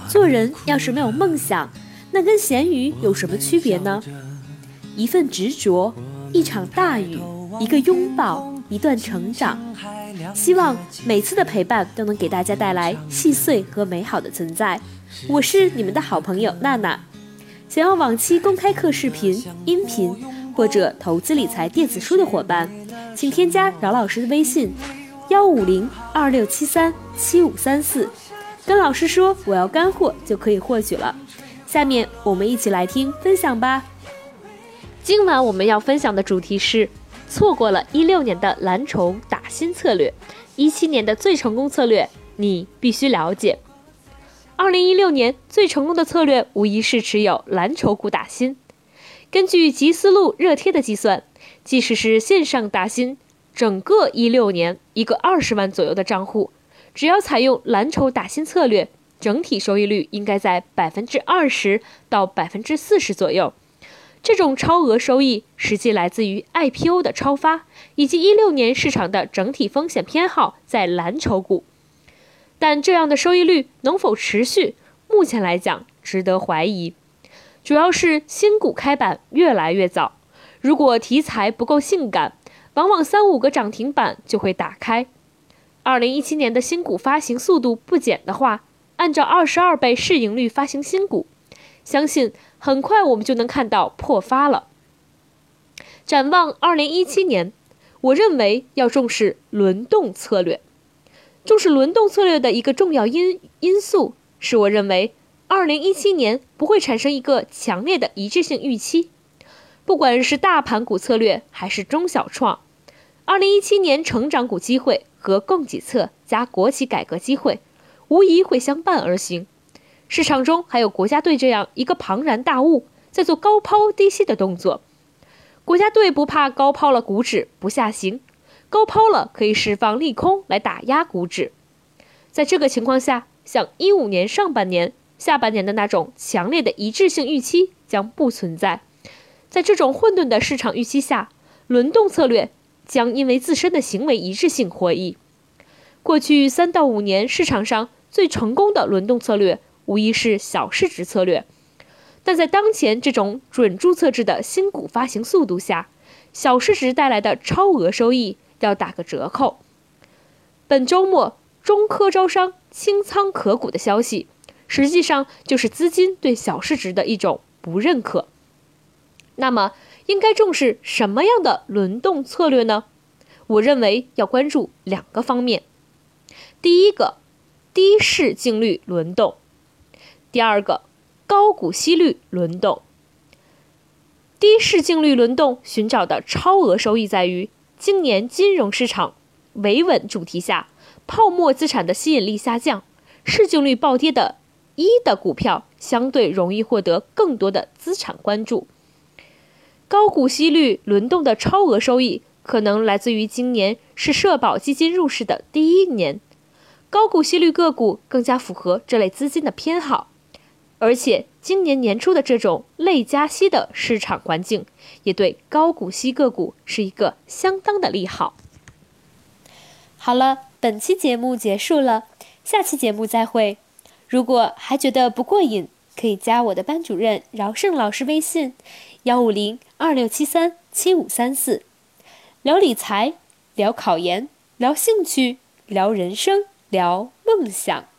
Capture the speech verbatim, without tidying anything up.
做人要是没有梦想，那跟咸鱼有什么区别呢？一份执着，一场大雨，一个拥抱，一段成长。希望每次的陪伴都能给大家带来细碎和美好的存在。我是你们的好朋友娜娜。想要往期公开课视频、音频或者投资理财电子书的伙伴，请添加饶老师的微信幺五零二六七三七五三四，跟老师说我要干货就可以获取了。下面我们一起来听分享吧。今晚我们要分享的主题是错过了一六年的蓝筹打新策略，一七年的最成功策略你必须了解。二零一六年最成功的策略无疑是持有蓝筹股打新。根据集思路热贴的计算，即使是线上打新，整个一六年一个二十万左右的账户，只要采用蓝筹打新策略，整体收益率应该在百分之二十到百分之四十左右。这种超额收益实际来自于 I P O 的超发，以及一六年市场的整体风险偏好在蓝筹股。但这样的收益率能否持续，目前来讲值得怀疑。主要是新股开板越来越早，如果题材不够性感，往往三五个涨停板就会打开。二零一七年的新股发行速度不减的话，按照二十二倍市盈率发行新股，相信很快我们就能看到破发了。展望二零一七年，我认为要重视轮动策略。重视轮动策略的一个重要因因素是，我认为二零一七年不会产生一个强烈的一致性预期。不管是大盘股策略还是中小创，二零一七年成长股机会和供给侧加国企改革机会无疑会相伴而行。市场中还有国家队这样一个庞然大物在做高抛低吸的动作。国家队不怕高抛了股指不下行，高抛了可以释放利空来打压股指。在这个情况下，像一五年上半年、下半年的那种强烈的一致性预期将不存在。在这种混沌的市场预期下，轮动策略将因为自身的行为一致性获益。过去三到五年市场上最成功的轮动策略无疑是小市值策略，但在当前这种准注册制的新股发行速度下，小市值带来的超额收益要打个折扣。本周末中科招商清仓可股的消息，实际上就是资金对小市值的一种不认可。那么应该重视什么样的轮动策略呢？我认为要关注两个方面。第一个，低市净率轮动；第二个，高股息率轮动。低市净率轮动寻找的超额收益在于，今年金融市场维稳主题下，泡沫资产的吸引力下降，市净率暴跌的一的股票相对容易获得更多的资产关注。高股息率轮动的超额收益可能来自于今年是社保基金入市的第一年，高股息率个股更加符合这类资金的偏好。而且今年年初的这种类加息的市场环境，也对高股息个股是一个相当的利好。好了，本期节目结束了，下期节目再会。如果还觉得不过瘾，可以加我的班主任饶胜老师微信幺五零二六七三七五三四，聊理财，聊考研，聊兴趣，聊人生，聊梦想。